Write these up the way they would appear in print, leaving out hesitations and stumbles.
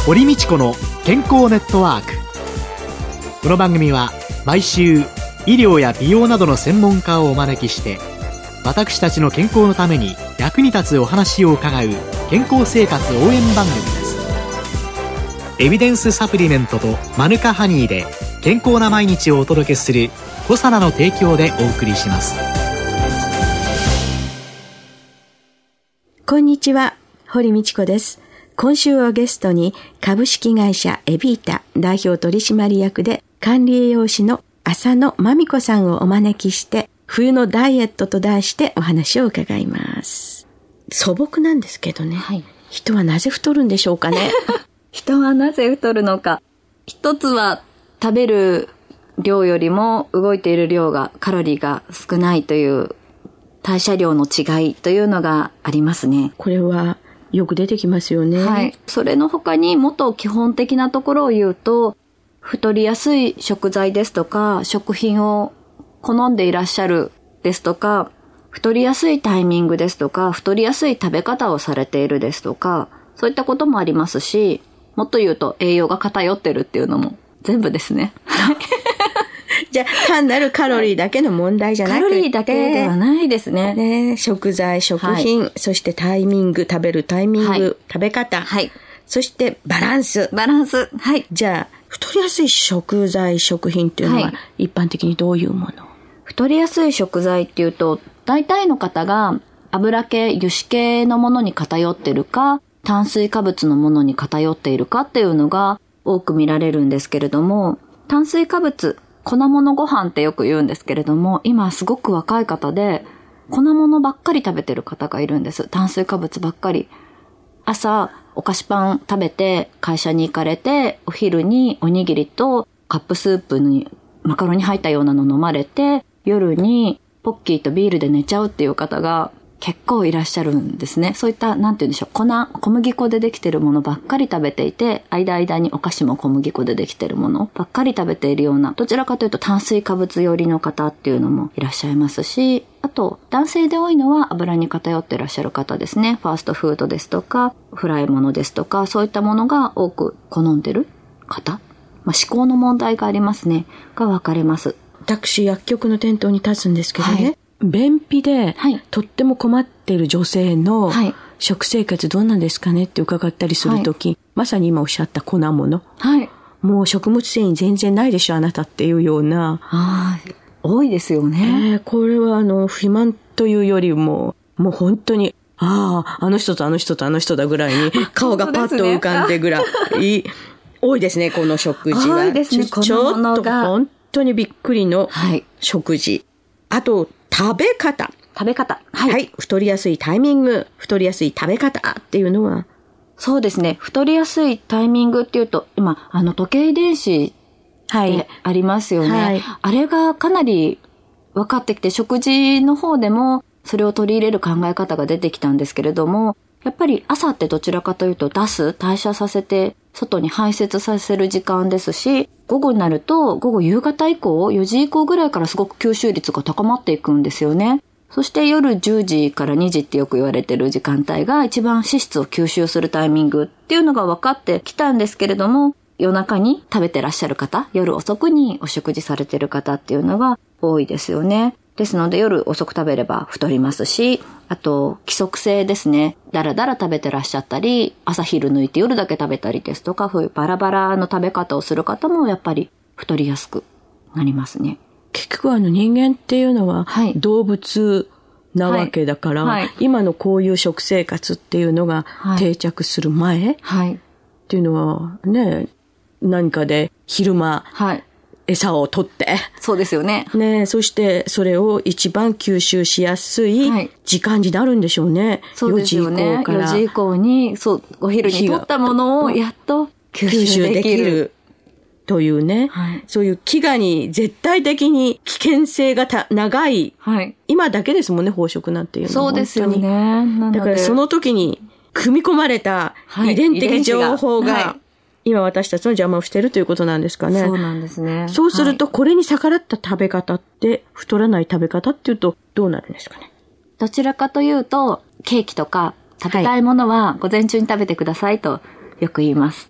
堀道子の健康ネットワーク。この番組は毎週医療や美容などの専門家をお招きして、私たちの健康のために役に立つお話を伺う健康生活応援番組です。エビデンスサプリメントとマヌカハニーで健康な毎日をお届けするコサナの提供でお送りします。 こんにちは、堀道子です。今週はゲストに株式会社エビータ代表取締役で管理栄養士の浅野真美子さんをお招きして、冬のダイエットと題してお話を伺います。素朴なんですけどね、はい、人はなぜ太るんでしょうかね。 人はなぜ太るのか。一つは食べる量よりも動いている量がカロリーが少ないという代謝量の違いというのがありますね。 これはよく出てきますよね。 はい。それの他にもっと基本的なところを言うと、太りやすい食材ですとか食品を好んでいらっしゃるですとか、太りやすいタイミングですとか、太りやすい食べ方をされているですとか、そういったこともありますし、もっと言うと栄養が偏ってるっていうのも全部ですね。 じゃあ単なるカロリーだけの問題じゃなくて、 カロリーだけではないですね。 食材、食品、はい、そしてタイミング、食べるタイミング、はい、食べ方、はい、そしてバランス。 はい。 じゃあ太りやすい食材、食品っていうのは、はい、一般的にどういうもの？ 太りやすい食材っていうと、大体の方が油系、油脂系のものに偏ってるか、炭水化物のものに偏っているかっていうのが多く見られるんですけれども、炭水化物、粉物ご飯ってよく言うんですけれども、今すごく若い方で粉物ばっかり食べてる方がいるんです。炭水化物ばっかり。朝お菓子パン食べて会社に行かれて、お昼におにぎりとカップスープにマカロニ入ったようなの飲まれて、夜にポッキーとビールで寝ちゃうっていう方が結構いらっしゃるんですね。そういった、なんて言うんでしょう、小麦粉でできてるものばっかり食べていて、間にお菓子も小麦粉でできてるものばっかり食べているような、どちらかというと炭水化物寄りの方っていうのもいらっしゃいますし、あと男性で多いのは油に偏っていらっしゃる方ですね。ファーストフードですとかフライものですとか、そういったものが多く好んでる方、思考の問題がありますね、が分かれます。 私薬局の店頭に立つんですけどね、はい、便秘で、はい、とっても困っている女性の食生活どうなんですかねって伺ったりするとき、はい、まさに今おっしゃった粉物、はい、もう食物繊維全然ないでしょあなたっていうような、 多いですよね。 これは肥満というよりももう本当にあの人とあの人とあの人だぐらいに顔がパッと浮かんでぐらい多いですね、この食事は。 多いですね、 ちょっと本当にびっくりの食事、はい、あと食べ方、はい、はい、太りやすいタイミング、太りやすい食べ方っていうのは。 そうですね、太りやすいタイミングっていうと、今時計遺伝子ってありますよね、はい、あれがかなり分かってきて、食事の方でもそれを取り入れる考え方が出てきたんですけれども、やっぱり朝ってどちらかというと代謝させて外に排泄させる時間ですし、午後になると夕方以降、4時以降ぐらいからすごく吸収率が高まっていくんですよね。そして夜10時から2時ってよく言われてる時間帯が一番脂質を吸収するタイミングっていうのが分かってきたんですけれども、夜中に食べてらっしゃる方、夜遅くにお食事されてる方っていうのが多いですよね。ですので夜遅く食べれば太りますし、あと規則性ですね。だらだら食べてらっしゃったり、朝昼抜いて夜だけ食べたりですとか、そういうバラバラの食べ方をする方もやっぱり太りやすくなりますね。 結局人間っていうのは動物なわけだから、はいはい、今のこういう食生活っていうのが定着する前、はい、っていうのはね、何かで昼間、はい、餌を取って、 そうですよね。 ね、そしてそれを一番吸収しやすい時間になるんでしょうね。 そうですよね。4時以降から。4時以降に、お昼に取ったものをやっと吸収できる。 というね、はい、そういう飢餓に絶対的に危険性が長い、はい、今だけですもんね、飽食なんていうのは。 そうですよね。 だからその時に組み込まれた遺伝的情報が、今私たちの邪魔をしているということなんですかね。 そうなんですね。 そうすると、これに逆らった食べ方って、太らない食べ方っていうとどうなるんですかね。 どちらかというと、ケーキとか食べたいものは午前中に食べてくださいとよく言います。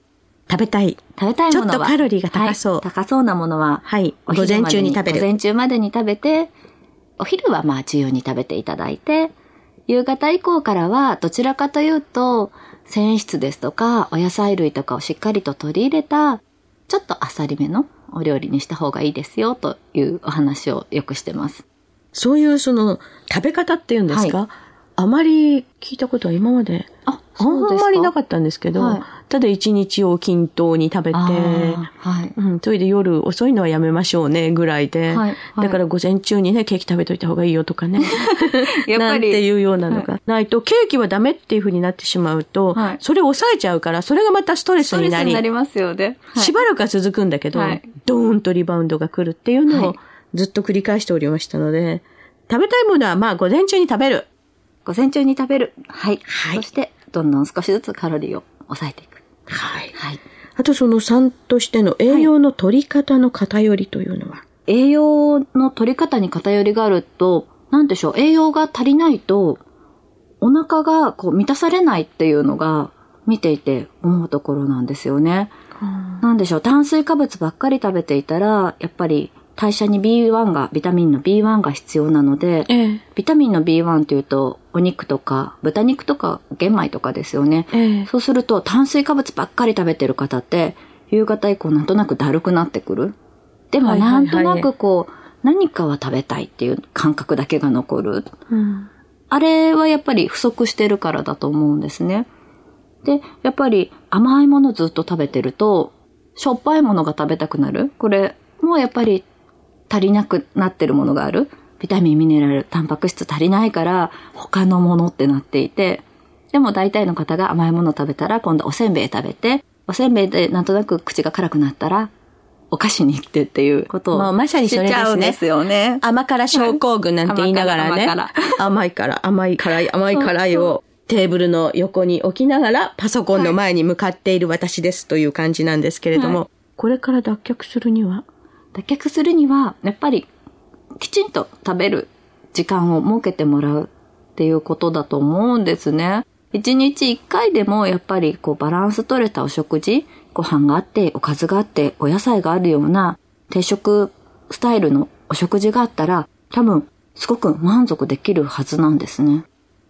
食べたいものは。 ちょっとカロリーが高そう。 高そうなものは。 はい。午前中に食べる。 午前中までに食べて、お昼は自由に食べていただいて、夕方以降からはどちらかというと、繊維質ですとか、お野菜類とかをしっかりと取り入れた、ちょっとあっさりめのお料理にした方がいいですよというお話をよくしてます。 そういう食べ方っていうんですか、あまり聞いたことは今まであんまりなかったんですけど、ただ一日を均等に食べて、それで夜遅いのはやめましょうねぐらいで、だから午前中にね、ケーキ食べといた方がいいよとかね、やっぱりなんていうようなのがないと、ケーキはダメっていう風になってしまうと、それを抑えちゃうから、それがまたストレスになり、 ますよね。 しばらくは続くんだけど、ドーンとリバウンドが来るっていうのをずっと繰り返しておりましたので、食べたいものは午前中に食べる。 午前中に食べる。そして、どんどん少しずつカロリーを抑えていく。 あと3としての栄養の取り方の偏りというのは、 栄養の取り方に偏りがあると、なんでしょう、栄養が足りないと、お腹が満たされないっていうのが、見ていて思うところなんですよね。なんでしょう、炭水化物ばっかり食べていたら、やっぱり、代謝にビタミンの B1 が必要なので、ビタミンの B1 っていうと、お肉とか、豚肉とか、玄米とかですよね。そうすると、炭水化物ばっかり食べてる方って、夕方以降なんとなくだるくなってくる。でもなんとなく何かは食べたいっていう感覚だけが残る。あれはやっぱり不足してるからだと思うんですね。で、やっぱり甘いものずっと食べてると、しょっぱいものが食べたくなる。これ、もうやっぱり、足りなくなってるものがある。ビタミン、ミネラル、タンパク質足りないから他のものってなっていて、でも大体の方が甘いものを食べたら今度おせんべい食べて、おせんべいでなんとなく口が辛くなったらお菓子に行ってっていうことをまさにそれですね。しちゃうんですよね。甘辛症候群なんて言いながらね。甘い辛いをテーブルの横に置きながらパソコンの前に向かっている私ですという感じなんですけれども、これから脱却するには、 やっぱり、きちんと食べる時間を設けてもらうっていうことだと思うんですね。1日1回でもやっぱりバランス取れたお食事、ご飯があって、おかずがあって、お野菜があるような定食スタイルのお食事があったら、多分すごく満足できるはずなんですね。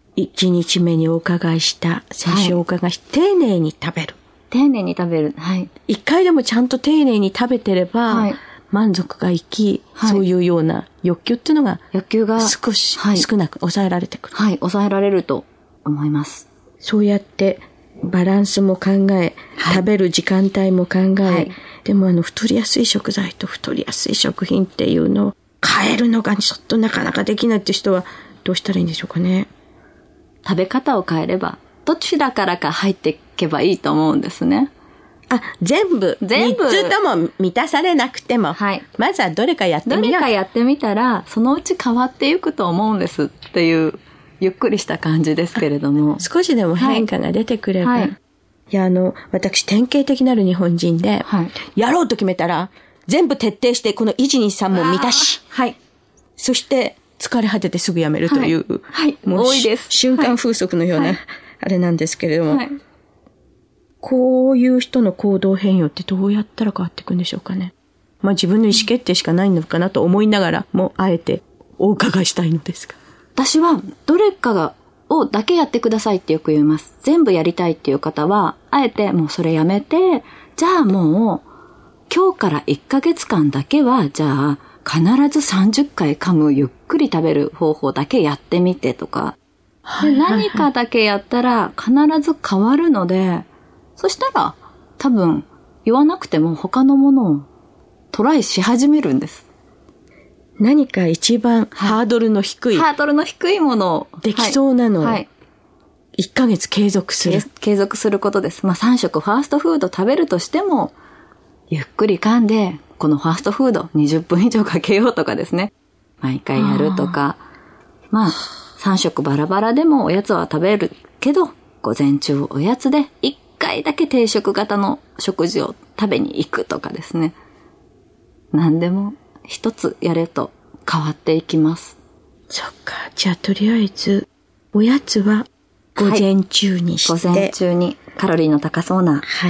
1日目にお伺いした、先週お伺いして、丁寧に食べる。 丁寧に食べる。 1回でもちゃんと丁寧に食べてれば、満足がいき、そういうような欲求っていうのが少し少なく抑えられてくる。 抑えられると思います。 そうやってバランスも考え、食べる時間帯も考え、でも太りやすい食材と太りやすい食品っていうのを変えるのがちょっとなかなかできないって人はどうしたらいいんでしょうかね。 食べ方を変えれば、どちらからか入っていけばいいと思うんですね。 全部3つとも満たされなくても、まずはどれかやってみよう。 どれかやってみたら、そのうち変わっていくと思うんですっていう、ゆっくりした感じですけれども。 少しでも変化が出てくれば。いや、私、典型的なる日本人で、やろうと決めたら、全部徹底して、この1、2、3も満たし、そして、疲れ果ててすぐやめるという、もう多いです。 瞬間風速のような、あれなんですけれども、こういう人の行動変容ってどうやったら変わっていくんでしょうかね。自分の意思決定しかないのかなと思いながらも、あえてお伺いしたいのですが。 私は、どれかをだけやってくださいってよく言います。全部やりたいっていう方は、あえてもうそれやめて、じゃあもう、今日から1ヶ月間だけは、じゃあ、必ず30回噛むゆっくり食べる方法だけやってみてとか、何かだけやったら必ず変わるので、そしたら多分言わなくても他のものをトライし始めるんです。 何か一番ハードルの低いものをできそうなのを1ヶ月継続する。 継続することです。3食ファーストフード食べるとしても、ゆっくり噛んで、このファーストフード20分以上かけようとかですね。毎回やるとか。3食バラバラでもおやつは食べるけど、午前中おやつで1回だけ定食型の食事を食べに行くとかですね。何でも一つやると変わっていきます。 そっか。じゃあとりあえず、おやつは午前中にして。 午前中にカロリーの高そうな。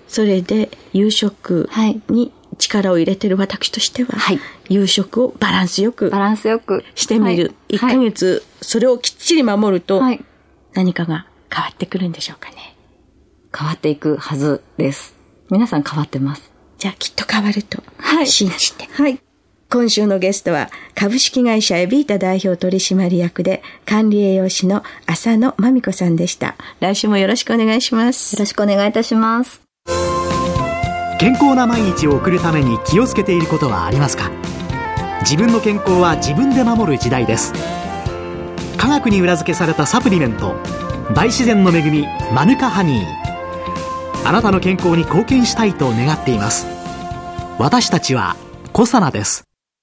それで夕食に力を入れてる私としては、はい、夕食をバランスよくしてみる、1ヶ月それをきっちり守ると、はい、何かが変わってくるんでしょうかね。 変わっていくはずです。皆さん変わってます。 じゃあきっと変わると信じて、 はい、 今週のゲストは株式会社エビータ代表取締役で管理栄養士の浅野真美子さんでした。来週もよろしくお願いします。 よろしくお願いいたします。 健康な毎日を送るために気をつけていることはありますか？自分の健康は自分で守る時代です。科学に裏付けされたサプリメント、大自然の恵みマヌカハニー、あなたの健康に貢献したいと願っています。私たちはコサナです。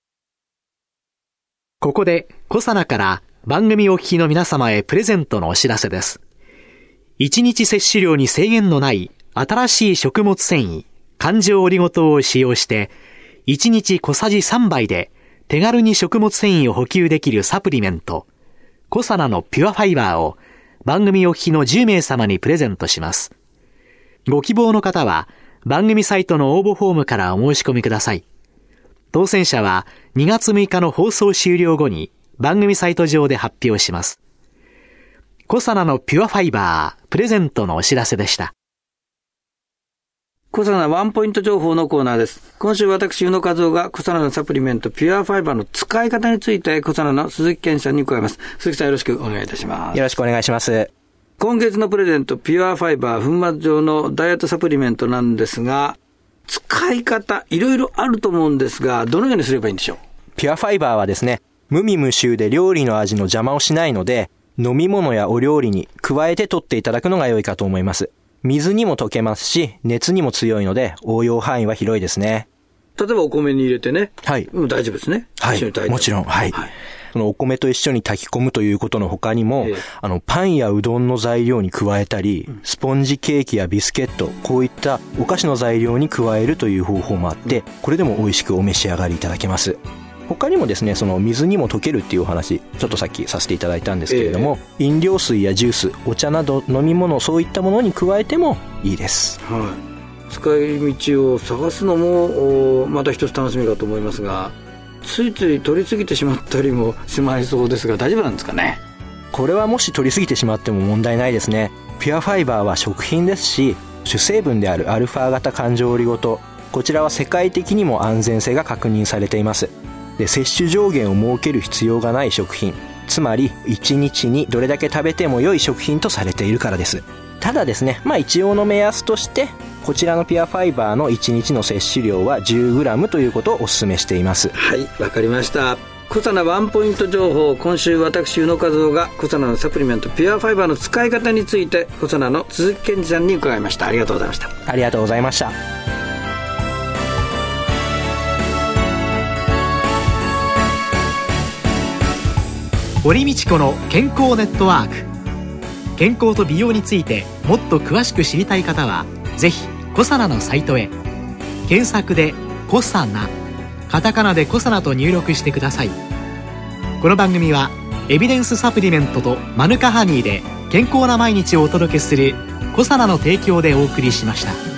ここでコサナから番組お聞きの皆様へプレゼントのお知らせです。1日摂取量に制限のない新しい食物繊維環状オリゴ糖を使用して1日小さじ3杯で手軽に食物繊維を補給できるサプリメントコサナのピュアファイバーを番組お聞きの10名様にプレゼントします。ご希望の方は番組サイトの応募フォームからお申し込みください。当選者は2月6日の放送終了後に番組サイト上で発表します。コサナのピュアファイバープレゼントのお知らせでした。 コサナワンポイント情報のコーナーです。今週私宇野和夫がコサナのサプリメントピュアファイバーの使い方についてコサナの鈴木健さんに伺います。鈴木さんよろしくお願いいたします。 よろしくお願いします。 今月のプレゼントピュアファイバー粉末状のダイエットサプリメントなんですが、使い方いろいろあると思うんですが、どのようにすればいいんでしょう？ ピュアファイバーはですね、無味無臭で料理の味の邪魔をしないので、飲み物やお料理に加えて取っていただくのが良いかと思います。水にも溶けますし、熱にも強いので応用範囲は広いですね。 例えばお米に入れてね、 はい、 大丈夫ですね。 はい、もちろん、はい。そのお米と一緒に炊き込むということの他にも、パンやうどんの材料に加えたり、スポンジケーキやビスケット、こういったお菓子の材料に加えるという方法もあって、これでも美味しくお召し上がりいただけます。他にもですね、その水にも溶けるっていうお話、ちょっとさっきさせていただいたんですけれども、飲料水やジュース、お茶など飲み物、そういったものに加えてもいいです。 はい。使い道を探すのもまた一つ楽しみかと思いますが、ついつい取りすぎてしまったりもしまいそうですが、大丈夫なんですかね？ これはもし取りすぎてしまっても問題ないですね。ピュアファイバーは食品ですし、主成分であるアルファ型環状オリゴ糖、こちらは世界的にも安全性が確認されています。で、摂取上限を設ける必要がない食品、つまり1日にどれだけ食べても良い食品とされているからです。ただですね、一応の目安としてこちらのピュアファイバーの1日の摂取量は 10g ということをお勧めしています。 はい、わかりました。コサナワンポイント情報、今週私宇野和夫がコサナのサプリメントピュアファイバーの使い方についてコサナの鈴木健二さんに伺いました。ありがとうございました。 ありがとうございました。 堀道子の健康ネットワーク。健康と美容についてもっと詳しく知りたい方はぜひコサナのサイトへ。検索でコサナ、カタカナでコサナと入力してください。この番組はエビデンスサプリメントとマヌカハニーで健康な毎日をお届けするコサナの提供でお送りしました。